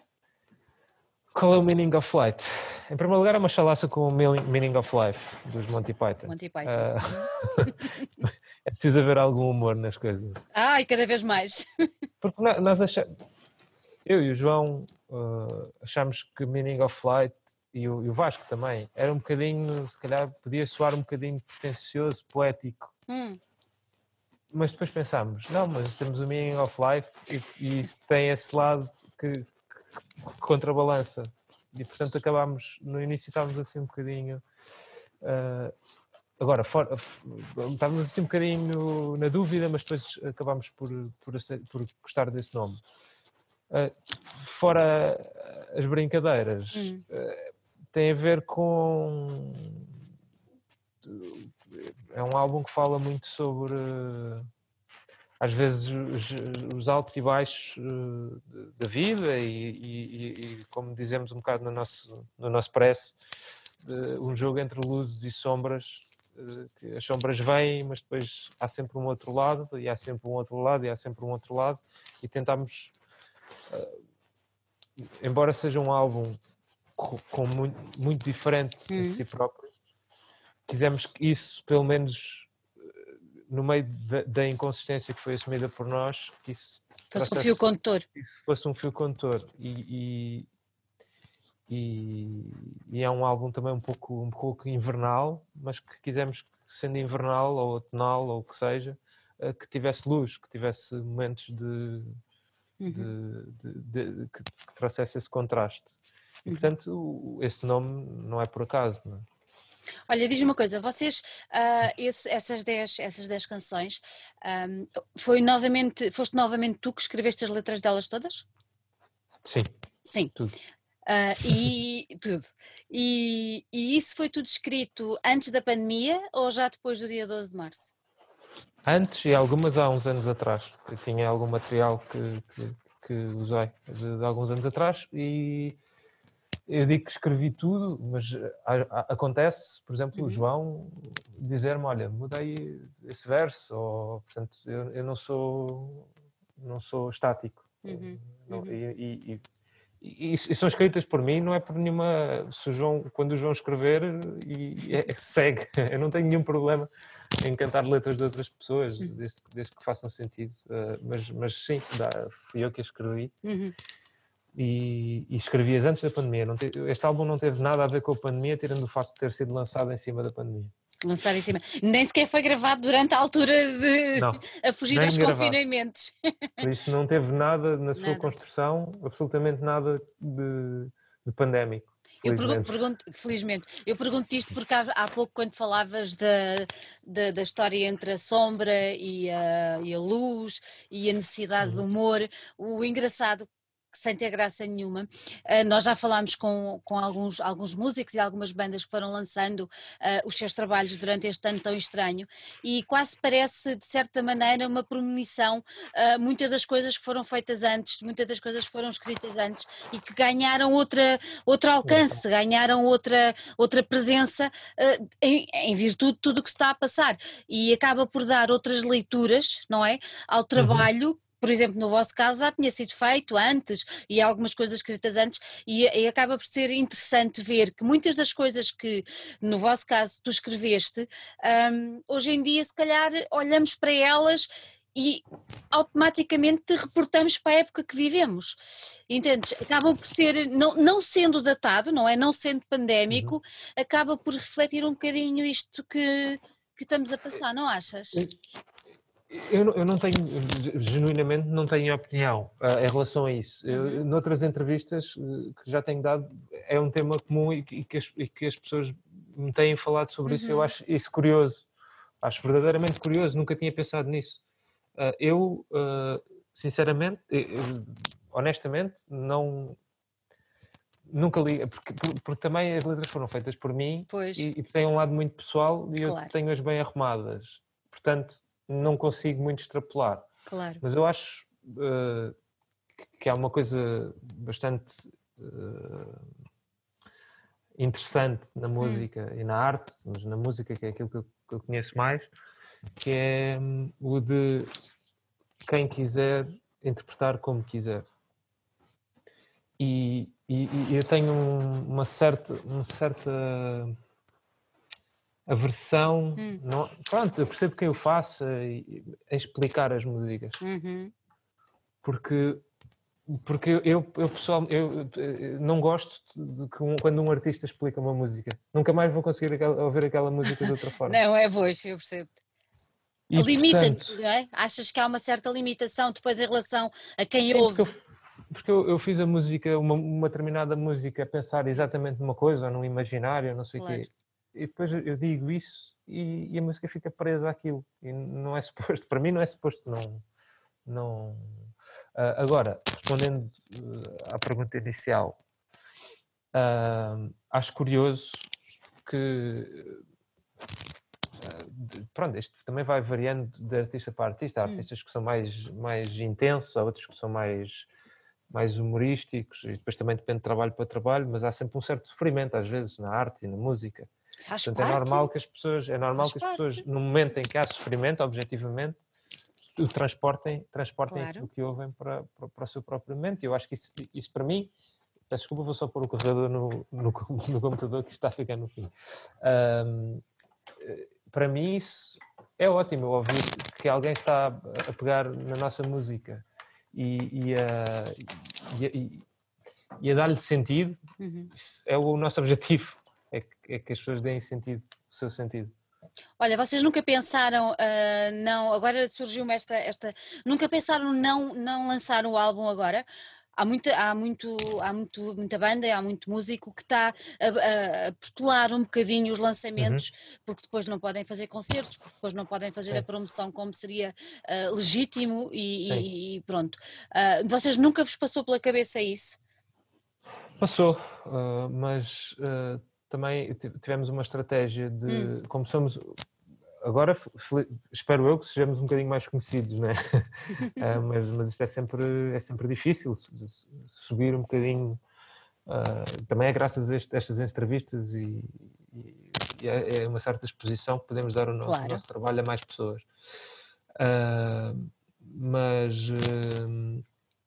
Qual é o Meaning of Light? Em primeiro lugar é uma chalaça com o Meaning of Life, dos Monty Python. Monty Python. Uh, é preciso haver algum humor nas coisas. Ai, cada vez mais. Porque nós achamos, eu e o João uh, achamos que Meaning of Light e o, e o Vasco também, era um bocadinho, se calhar podia soar um bocadinho pretencioso, poético. Hum. Mas depois pensámos, não, mas temos o Meaning of Life e, e isso tem esse lado que, que, que contrabalança. E portanto acabámos, no início estávamos assim um bocadinho... Uh, agora, for, estávamos assim um bocadinho na dúvida, mas depois acabámos por, por, por gostar desse nome. Uh, fora as brincadeiras, hum. uh, tem a ver com... É um álbum que fala muito sobre... às vezes os, os altos e baixos uh, da vida e, e, e, como dizemos um bocado no nosso, no nosso press, uh, um jogo entre luzes e sombras, uh, que as sombras vêm, mas depois há sempre um outro lado, e há sempre um outro lado, e há sempre um outro lado, e tentamos, uh, embora seja um álbum com, com muito, muito diferente Hum. de si próprio, quisemos que isso, pelo menos no meio da, da inconsistência que foi assumida por nós, que isso fosse um fio condutor. Isso fosse um fio condutor. E, e, e, e é um álbum também um pouco, um pouco invernal, mas que quisemos, sendo invernal ou outonal ou o que seja, que tivesse luz, que tivesse momentos de, uhum. de, de, de, de que, que trouxesse esse contraste. E, portanto, esse nome não é por acaso, não é? Olha, diz-me uma coisa, vocês, uh, esse, essas dez essas dez canções, um, foi novamente, foste novamente tu que escreveste as letras delas todas? Sim. Sim. Tudo. Uh, e tudo. E, e isso foi tudo escrito antes da pandemia ou já depois do dia doze de março? Antes e algumas há uns anos atrás. Eu tinha algum material que, que, que usei de, de alguns anos atrás e eu digo que escrevi tudo, mas a, a, acontece, por exemplo, uhum. o João dizer-me, olha, mudei esse verso, ou, portanto, eu, eu não sou não sou estático. Uhum. Não, uhum. e, e, e, e são escritas por mim, não é por nenhuma... Se o João, quando o João escrever, e, é, segue. Eu não tenho nenhum problema em cantar letras de outras pessoas, uhum. desde, desde que façam sentido. Uh, mas, mas sim, dá, fui eu que a escrevi. Uhum. E, e escrevias antes da pandemia. Não te, este álbum não teve nada a ver com a pandemia, tirando o facto de ter sido lançado em cima da pandemia. Lançado em cima. Nem sequer foi gravado durante a altura de não, a fugir aos gravado. Confinamentos. Por isso não teve nada na sua nada. construção, absolutamente nada de, de pandémico. Eu pergunto, pergunto, felizmente, eu pergunto isto porque há, há pouco quando falavas da, da, da história entre a sombra e a, e a luz e a necessidade uhum. de humor, o engraçado, sem ter graça nenhuma, uh, nós já falámos com, com alguns, alguns músicos e algumas bandas que foram lançando uh, os seus trabalhos durante este ano tão estranho e quase parece de certa maneira uma premonição, uh, muitas das coisas que foram feitas antes, muitas das coisas que foram escritas antes e que ganharam outra, outro alcance, uhum. ganharam outra, outra presença uh, em, em virtude de tudo o que se está a passar e acaba por dar outras leituras, não é, ao trabalho. Uhum. Por exemplo, no vosso caso já tinha sido feito antes e algumas coisas escritas antes e, e acaba por ser interessante ver que muitas das coisas que no vosso caso tu escreveste, um, hoje em dia se calhar olhamos para elas e automaticamente reportamos para a época que vivemos, entendes? Acabam por ser, não, não sendo datado, não é? Não sendo pandémico, uhum. acaba por refletir um bocadinho isto que, que estamos a passar, não achas? Eu, eu não tenho, genuinamente não tenho opinião uh, em relação a isso. Uhum. Eu, noutras entrevistas uh, que já tenho dado, é um tema comum e que, e que, as, e que as pessoas me têm falado sobre uhum. isso. Eu acho isso curioso, acho verdadeiramente curioso, nunca tinha pensado nisso. Uh, eu, uh, sinceramente, eu, honestamente, não... Nunca li, porque, porque também as letras foram feitas por mim e, e têm um lado muito pessoal e claro. Eu tenho-as bem arrumadas. Portanto, não consigo muito extrapolar. Claro. Mas eu acho uh, que há uma coisa bastante uh, interessante na música hum. e na arte, mas na música, que é aquilo que eu, que eu conheço mais, que é um, o de quem quiser interpretar como quiser. E, e, e eu tenho uma certa, uma certa aversão, hum. não, pronto, eu percebo quem eu faço em explicar as músicas. Uhum. Porque Porque eu, eu, eu pessoal, eu, eu não gosto de que um, quando um artista explica uma música. Nunca mais vou conseguir aquela, ouvir aquela música de outra forma. Não, é voz, eu percebo. E, Limita-te, portanto, não é? Achas que há uma certa limitação depois em relação a quem sim, ouve? porque, eu, porque eu, eu fiz a música, uma, uma determinada música, a pensar exatamente numa coisa, ou num imaginário, não sei o Claro. quê. E depois eu digo isso e, e a música fica presa àquilo. E não é suposto, para mim não é suposto, não... não... Uh, agora, respondendo uh, à pergunta inicial, uh, acho curioso que... Uh, pronto, isto também vai variando de artista para artista. Há Hum. artistas que são mais, mais intensos, há outros que são mais... mais humorísticos, e depois também depende de trabalho para trabalho, mas há sempre um certo sofrimento às vezes na arte e na música. Faz Portanto, parte. é normal que as pessoas, é normal Faz que as parte. pessoas, no momento em que há sofrimento, objetivamente, o transportem, transportem Claro. aquilo que ouvem para, para, para o seu próprio momento. E eu acho que isso, isso para mim, peço desculpa, vou só pôr o carregador no, no, no computador que está a ficar no fim. Um, para mim isso é ótimo, eu ouvir que alguém está a pegar na nossa música e, e a, e a, e a dar-lhe sentido. Uhum. Isso é o nosso objetivo, é que, é que as pessoas deem sentido, o seu sentido. Olha, vocês nunca pensaram, uh, não, agora surgiu-me esta, esta, nunca pensaram não, não lançar o álbum agora? Há, muita, há, muito, há muito, muita banda e há muito músico que está a, a, a protelar um bocadinho os lançamentos, uhum. porque depois não podem fazer concertos, porque depois não podem fazer Sim. a promoção como seria uh, legítimo e, e, e pronto. Uh, vocês nunca vos passou pela cabeça isso? Passou, uh, mas uh, também tivemos uma estratégia de, hum. como somos... Agora, espero eu que sejamos um bocadinho mais conhecidos, não é? uh, mas, mas isto é sempre, é sempre difícil, subir um bocadinho. Uh, também é graças a este, estas entrevistas e, e é uma certa exposição que podemos dar o nosso, claro. o nosso trabalho a mais pessoas. Uh, mas uh,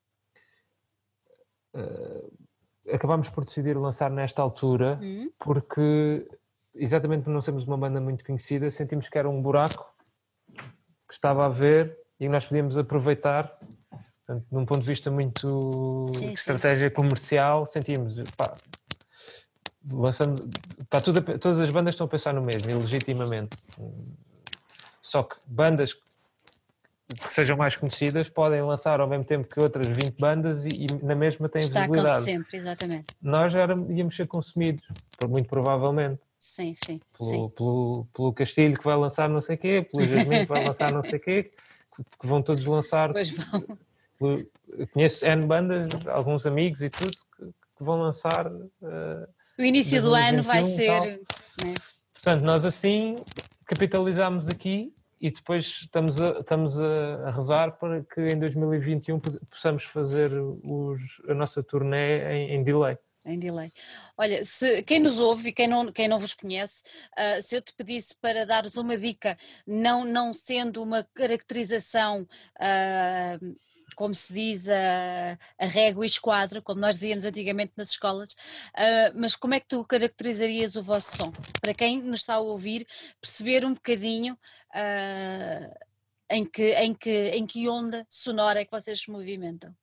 uh, acabámos por decidir lançar nesta altura hum. porque... exatamente por não sermos uma banda muito conhecida, sentimos que era um buraco que estava a ver e que nós podíamos aproveitar. Portanto, num ponto de vista muito sim, de estratégia sim. comercial, sentimos, pá, lançamos, está tudo a, todas as bandas estão a pensar no mesmo, e legitimamente. Só que bandas que sejam mais conhecidas podem lançar ao mesmo tempo que outras vinte bandas e, e na mesma têm Destacam-se visibilidade. sempre, exatamente. Nós era, íamos ser consumidos, muito provavelmente. Sim, sim, pelo, sim. Pelo, pelo Castilho que vai lançar não sei o quê, pelo Jasmine que vai lançar não sei o quê, que, que vão todos lançar. Pois vão. Pelo, conheço N bandas, alguns amigos e tudo, que, que vão lançar. Uh, o início do ano vai ser. Né? Portanto, nós assim capitalizámos aqui e depois estamos a, estamos a, a rezar para que em dois mil e vinte e um possamos fazer os, a nossa turnê em, em delay. Em delay. Olha, se, quem nos ouve e quem não, quem não vos conhece, uh, se eu te pedisse para dares uma dica, não, não sendo uma caracterização, uh, como se diz, a, a régua e esquadra, como nós dizíamos antigamente nas escolas, uh, mas como é que tu caracterizarias o vosso som? Para quem nos está a ouvir, perceber um bocadinho uh, em, que, em, que, em que onda sonora é que vocês se movimentam.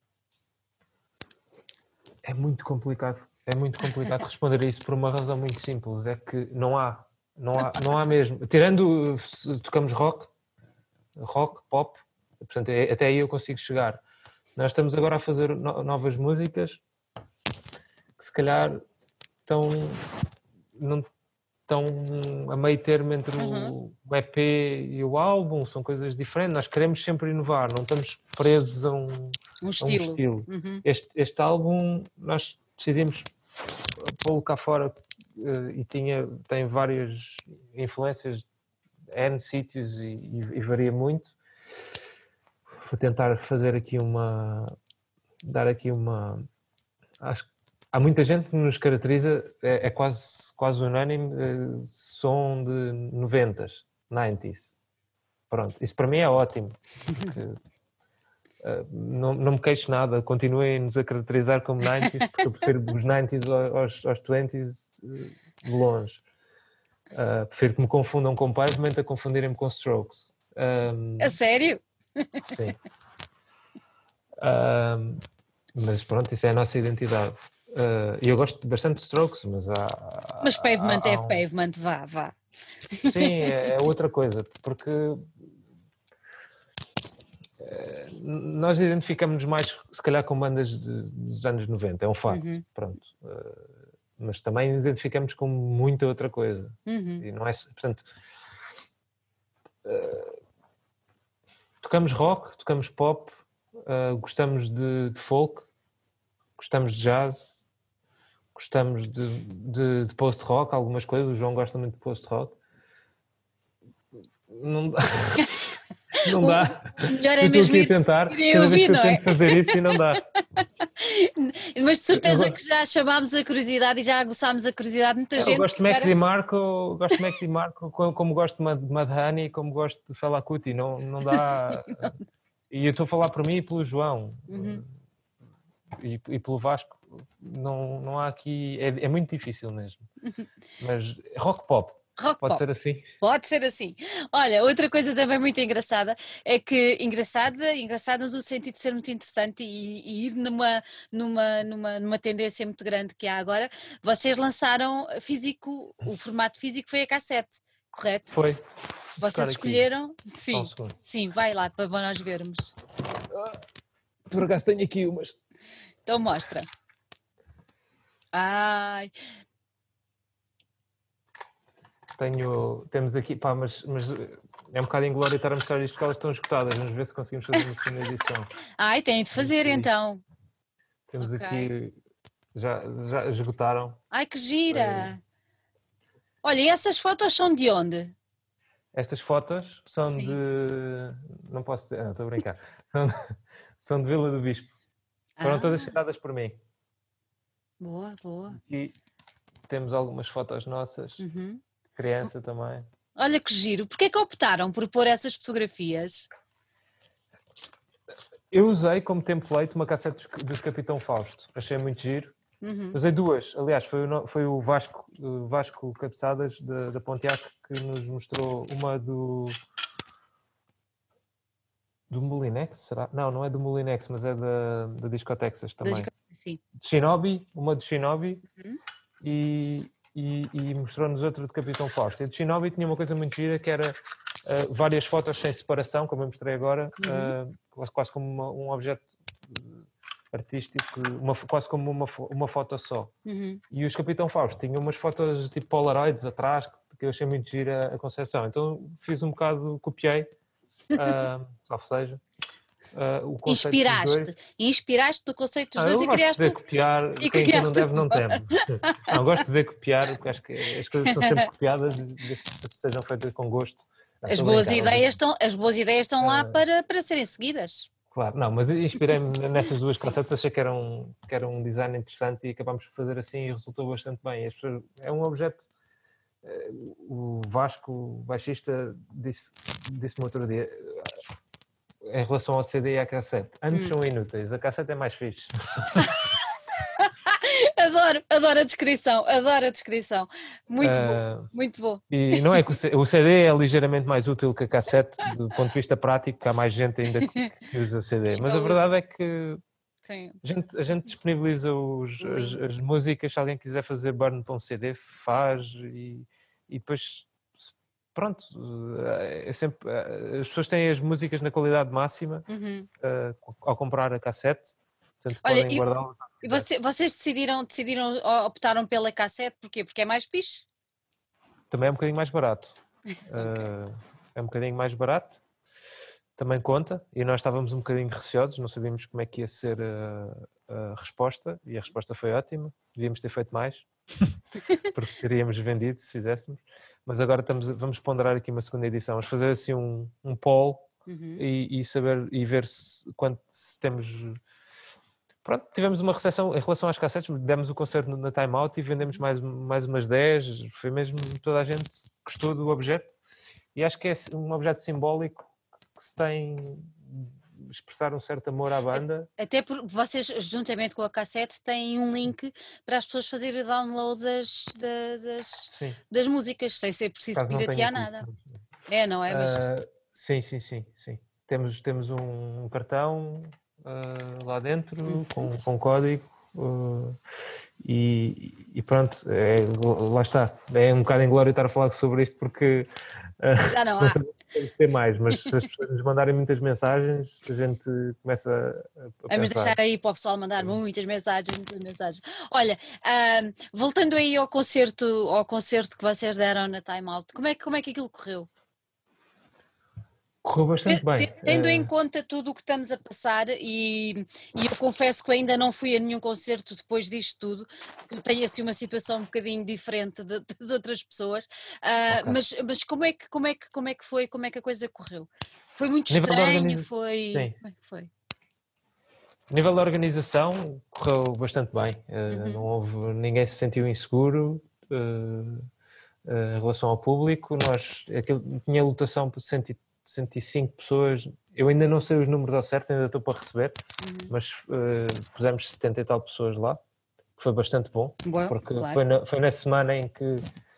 É muito complicado. É muito complicado responder a isso por uma razão muito simples, é que não há, não há, não há mesmo. Tirando, tocamos rock, rock, pop, portanto até aí eu consigo chegar. Nós estamos agora a fazer novas músicas que se calhar estão, não, estão a meio termo entre uhum. o E P e o álbum, são coisas diferentes, nós queremos sempre inovar, não estamos presos a um, um estilo. A um estilo. Uhum. Este, este álbum nós decidimos pô-lo cá fora uh, e tinha, tem várias influências N sítios e, e, e varia muito. Vou tentar fazer aqui uma dar aqui uma acho que há muita gente que nos caracteriza, é, é quase, quase unânime, uh, som de noventas, noventas. Pronto, isso para mim é ótimo. Porque, Uh, não, não me queixo nada, continuem-nos a caracterizar como noventas, porque eu prefiro os noventas aos, aos ventas uh, de longe. Uh, prefiro que me confundam com Pavement a confundirem-me com Strokes. Um, a sério? Sim. Um, Mas pronto, isso é a nossa identidade. Uh, E eu gosto bastante de Strokes, mas há... Mas Pavement há, é há um... Pavement, vá, vá. Sim, é, é outra coisa, porque nós identificamos mais, se calhar, com bandas de, dos anos noventa, é um facto, Uhum. pronto. Uh, mas também identificamos com muita outra coisa. Uhum. E não é, portanto, uh, tocamos rock, tocamos pop, uh, gostamos de, de folk, gostamos de jazz, gostamos de, de, de post-rock, algumas coisas, o João gosta muito de post-rock. Não dá. Não dá. O melhor Eu é estou mesmo aqui a ir, tentar, ir cada vez ouvir, que eu não é? tento fazer isso e não dá. Mas de certeza Eu, que já chamámos a curiosidade e já aguçámos a curiosidade de muita eu gente gosto de que Mac agora... DiMarco, gosto de Mac DiMarco como, como gosto de Mad- Madhani, como gosto de Fela Kuti, não, não Sim, dá. não. E eu estou a falar por mim e pelo João Uhum. e, e pelo Vasco, não, não há aqui, é, é muito difícil mesmo. Mas rock pop, Rock pode pop. ser assim? Pode ser assim. Olha, outra coisa também muito engraçada é que, engraçada, engraçada no sentido de ser muito interessante e, e ir numa, numa, numa, numa tendência muito grande que há agora, vocês lançaram físico, o formato físico foi a cassete, correto? Foi. Vocês Buscar aqui, escolheram? só um Sim, segundo. sim, vai lá para nós vermos. Por acaso tenho aqui umas. Então mostra. Ai, Tenho, temos aqui, pá, mas, mas é um bocado inglório estar a mostrar isto porque elas estão esgotadas. Vamos ver se conseguimos fazer uma segunda edição. ai, tem de fazer então. Temos Ok. aqui, já, já esgotaram. Ai, que Foi- gira! Olha, e essas fotos são de onde? Estas fotos são de. Sim. Não posso dizer, não, estou a brincar. São de, são de Vila do Bispo. Foram todas Ah, tiradas por mim. boa, boa. Aqui temos algumas fotos nossas, Uhum. criança também. Olha que giro. Porquê é que optaram por pôr essas fotografias? Eu usei como template uma cassete dos, dos Capitão Fausto. Achei muito giro. Uhum. Usei duas, aliás, foi o, no- foi o Vasco, o Vasco Cabeçadas da, da Pontiac que nos mostrou uma do do Molinex, será? Não, não é do Molinex, mas é da, da Disco Texas Das... também. Sim. De Shinobi, uma de Shinobi Uhum. e, e, e mostrou-nos outra de Capitão Fausto. E de Shinobi tinha uma coisa muito gira que era uh, várias fotos sem separação, como eu mostrei agora, Uhum. uh, quase, quase como uma, um objeto artístico, uma, quase como uma, uma foto só. Uhum. E os Capitão Fausto tinham umas fotos tipo Polaroids atrás, que eu achei muito gira a concepção. Então fiz um bocado, copiei, uh, salvo seja, uh, o conceito dos dois. Inspiraste. Inspiraste do conceito dos Ah, dois eu e gosto de criaste dizer o... copiar, e quem, quem não criaste deve não o... teme. Não, gosto de dizer copiar, porque acho que as coisas são sempre copiadas, desde que sejam feitas com gosto. Não, As estou a boas brincar, ideias obviamente. estão, as boas ideias estão lá Uh, para, para serem seguidas. Claro, não, mas inspirei-me nessas duas Sim. cassetes, achei que era, um, que era um design interessante e acabámos por fazer assim e resultou bastante bem. As pessoas, é um objeto. O Vasco, o baixista, disse, disse-me outro dia, em relação ao C D e à cassete, ambos Hum. são inúteis, a cassete é mais fixe. Adoro, adoro a descrição, adoro a descrição. Muito bom, Uh, muito bom. E não é que o C- o C D é ligeiramente mais útil que a cassete do ponto de vista prático, porque há mais gente ainda que, que usa C D. Mas a Ainda usa. verdade é que Sim. a gente, a gente disponibiliza os, as, as músicas, se alguém quiser fazer burn para um C D, faz e, e depois pronto, é sempre, as pessoas têm as músicas na qualidade máxima Uhum. uh, ao comprar a cassete, portanto Olha, podem e, guardá-las. e você, vocês decidiram, decidiram, optaram pela cassete, porquê? Porque é mais fixe? Também é um bocadinho mais barato. Ok. Uh, é um bocadinho mais barato, também conta, e nós estávamos um bocadinho receosos, não sabíamos como é que ia ser a, a resposta, e a resposta foi ótima, devíamos ter feito mais, porque teríamos vendido se fizéssemos, mas agora estamos, vamos ponderar aqui uma segunda edição, vamos fazer assim um, um poll Uhum. e, e saber e ver se, quanto, se temos... Pronto, tivemos uma recepção em relação às cassetes, demos o concerto na Time Out e vendemos mais, mais umas dez, foi mesmo, toda a gente gostou do objeto e acho que é um objeto simbólico que se tem de expressar um certo amor à banda. Até porque vocês, juntamente com a cassete, têm um link para as pessoas fazerem download das, da- das, Sim, das músicas, sem ser preciso caso não tenha piratear aqui. nada. Sim. É, não é? Mas Uh, sim, sim, sim, sim. Temos, temos um cartão uh, lá dentro, com, com código, uh, e, e pronto, é, lá está. É um bocado inglório estar a falar sobre isto porque uh, Já não não há. sei se ter mais, mas se as pessoas nos mandarem muitas mensagens, a gente começa a, a Vamos pensar. deixar aí para o pessoal mandar muitas mensagens, muitas mensagens. Olha, uh, voltando aí ao concerto, ao concerto que vocês deram na Time Out, como é, como é que aquilo correu? Correu bastante bem. Tendo em conta tudo o que estamos a passar, e, e eu confesso que ainda não fui a nenhum concerto depois disto tudo, porque eu tenho assim uma situação um bocadinho diferente de, das outras pessoas, uh, Okay. mas, mas como, é que, como, é que, como é que foi, como é que a coisa correu? Foi muito nível estranho, organiza... foi... Sim. Como é que foi? A nível da organização, correu bastante bem. Uh, Uhum. Não houve, ninguém se sentiu inseguro uh, uh, em relação ao público. Nós, aquilo, tinha lotação para cento e cinco pessoas. Eu ainda não sei os números ao certo, ainda estou para receber, uhum. mas uh, pusemos setenta e tal pessoas lá, que foi bastante bom, Boa, porque claro. foi, na, foi na semana em que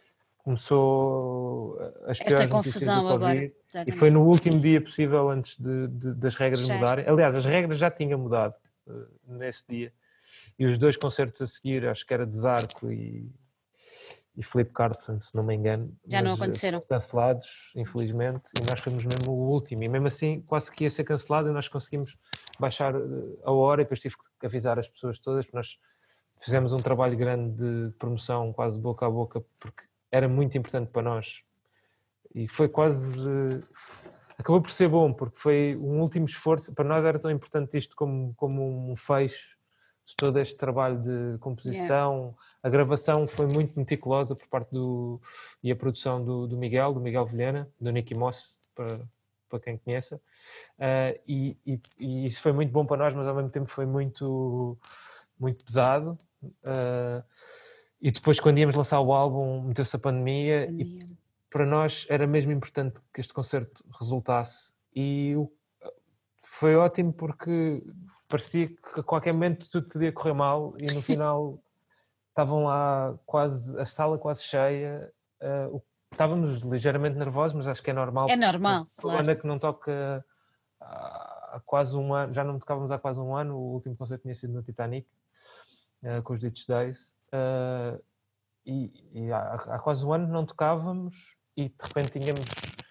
começou as Esta piores notícias do Covid agora, e foi no último dia possível antes de, de, das regras Fechar. mudarem. Aliás, as regras já tinham mudado uh, nesse dia, e os dois concertos a seguir, acho que era de Zarco e, e Filipe Carlson, se não me engano, já não aconteceram, cancelados, infelizmente, e nós fomos mesmo o último, e mesmo assim quase que ia ser cancelado, e nós conseguimos baixar a hora, e depois tive que avisar as pessoas todas, porque nós fizemos um trabalho grande de promoção, quase boca a boca, porque era muito importante para nós, e foi quase... Acabou por ser bom, porque foi um último esforço, para nós era tão importante isto como, como um fecho de todo este trabalho de composição. Yeah. A gravação foi muito meticulosa por parte do... e a produção do, do Miguel, do Miguel Vilhena, do Nicky Moss, para, para quem conheça. Uh, e, e, e isso foi muito bom para nós, mas ao mesmo tempo foi muito, muito pesado. Uh, e depois, quando íamos lançar o álbum, meteu-se a pandemia, pandemia. E para nós era mesmo importante que este concerto resultasse. E o, foi ótimo porque parecia que a qualquer momento tudo podia correr mal, e no final estavam lá quase, a sala quase cheia. Uh, estávamos ligeiramente nervosos, mas acho que é normal. É normal, claro. Uma banda que não toca há quase um ano, já não tocávamos há quase um ano, o último concerto tinha sido no Titanic, uh, com os Ditch Days, uh, e, e há, há quase um ano não tocávamos, e de repente tínhamos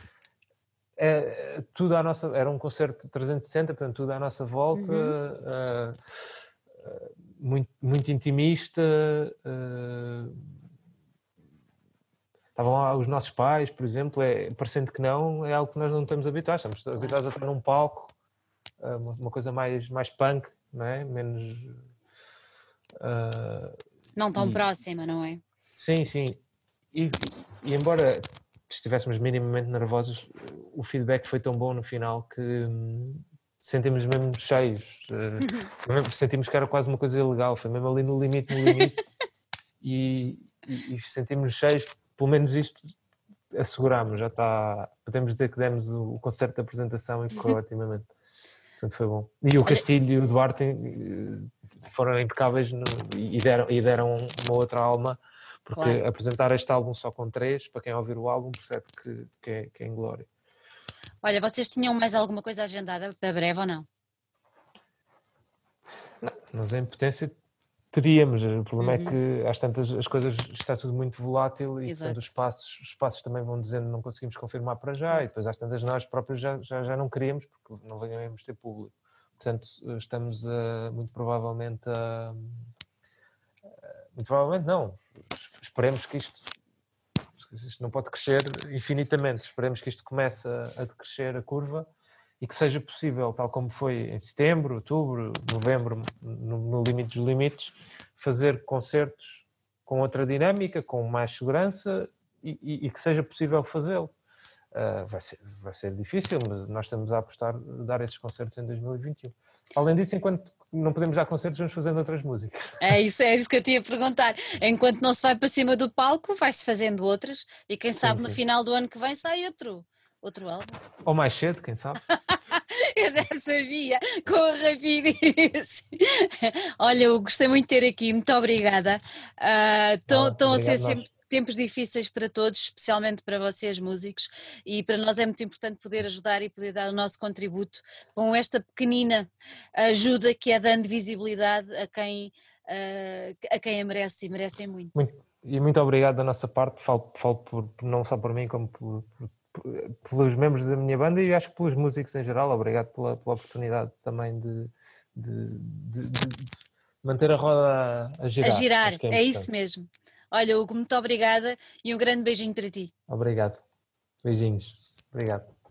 é, tudo à nossa... Era um concerto de trezentos e sessenta, portanto tudo à nossa volta, uhum. uh, uh, muito, muito intimista. Uh, estavam lá os nossos pais, por exemplo, é, parecendo que não, é algo que nós não estamos habituados. Estamos habituados a estar num palco, uh, uma, uma coisa mais, mais punk, não é? Menos... Uh, não tão e, próxima, não é? Sim, sim. E, e embora estivéssemos minimamente nervosos, o feedback foi tão bom no final que hum, sentimos mesmo cheios. Uh, sentimos que era quase uma coisa ilegal. Foi mesmo ali no limite, no limite. e, e, e sentimos cheios. Pelo menos isto assegurámos. Já está... Podemos dizer que demos o, o concerto de apresentação e correu otimamente. Portanto, foi bom. E o Castilho e o Duarte foram impecáveis no, e, deram, e deram uma outra alma. Porque claro. Apresentar este álbum só com três, para quem ouvir o álbum percebe que, que, é, que é em glória. Olha, vocês tinham mais alguma coisa agendada para breve ou não? Não, nós em potência teríamos. O problema uhum. é que às tantas as coisas, está tudo muito volátil, e portanto, os passos, os passos também vão dizendo não conseguimos confirmar para já, claro. E depois às tantas nós próprios já, já, já não queríamos, porque não venhamos ter público. Portanto, estamos a, muito provavelmente a... Muito provavelmente não. Esperemos que isto, isto não pode crescer infinitamente. Esperemos que isto comece a decrescer a curva e que seja possível, tal como foi em setembro, outubro, novembro, no, no limite dos limites, fazer concertos com outra dinâmica, com mais segurança, e, e, e que seja possível fazê-lo. Uh, vai ser, vai ser difícil, mas nós estamos a apostar a dar esses concertos em dois mil e vinte e um. Além disso, enquanto não podemos dar concertos, vamos fazendo outras músicas. É isso, é isso que eu te ia perguntar. Enquanto não se vai para cima do palco, vai-se fazendo outras, e quem sabe sim, sim. no final do ano que vem sai outro, outro álbum. Ou mais cedo, quem sabe. Eu já sabia, com a rapidez. Olha, eu gostei muito de ter aqui, muito obrigada. Uh, estão, estão a ser sempre... tempos difíceis para todos, especialmente para vocês músicos, e para nós é muito importante poder ajudar e poder dar o nosso contributo com esta pequenina ajuda que é dando visibilidade a quem, a quem a merece e merecem muito. muito e muito obrigado da nossa parte, falo, falo por, não só por mim como por, por, pelos membros da minha banda e acho que pelos músicos em geral. Obrigado pela, pela oportunidade também de, de, de, de manter a roda a girar. A girar, é, é isso mesmo. Olha, Hugo, muito obrigada e um grande beijinho para ti. Obrigado. Beijinhos. Obrigado.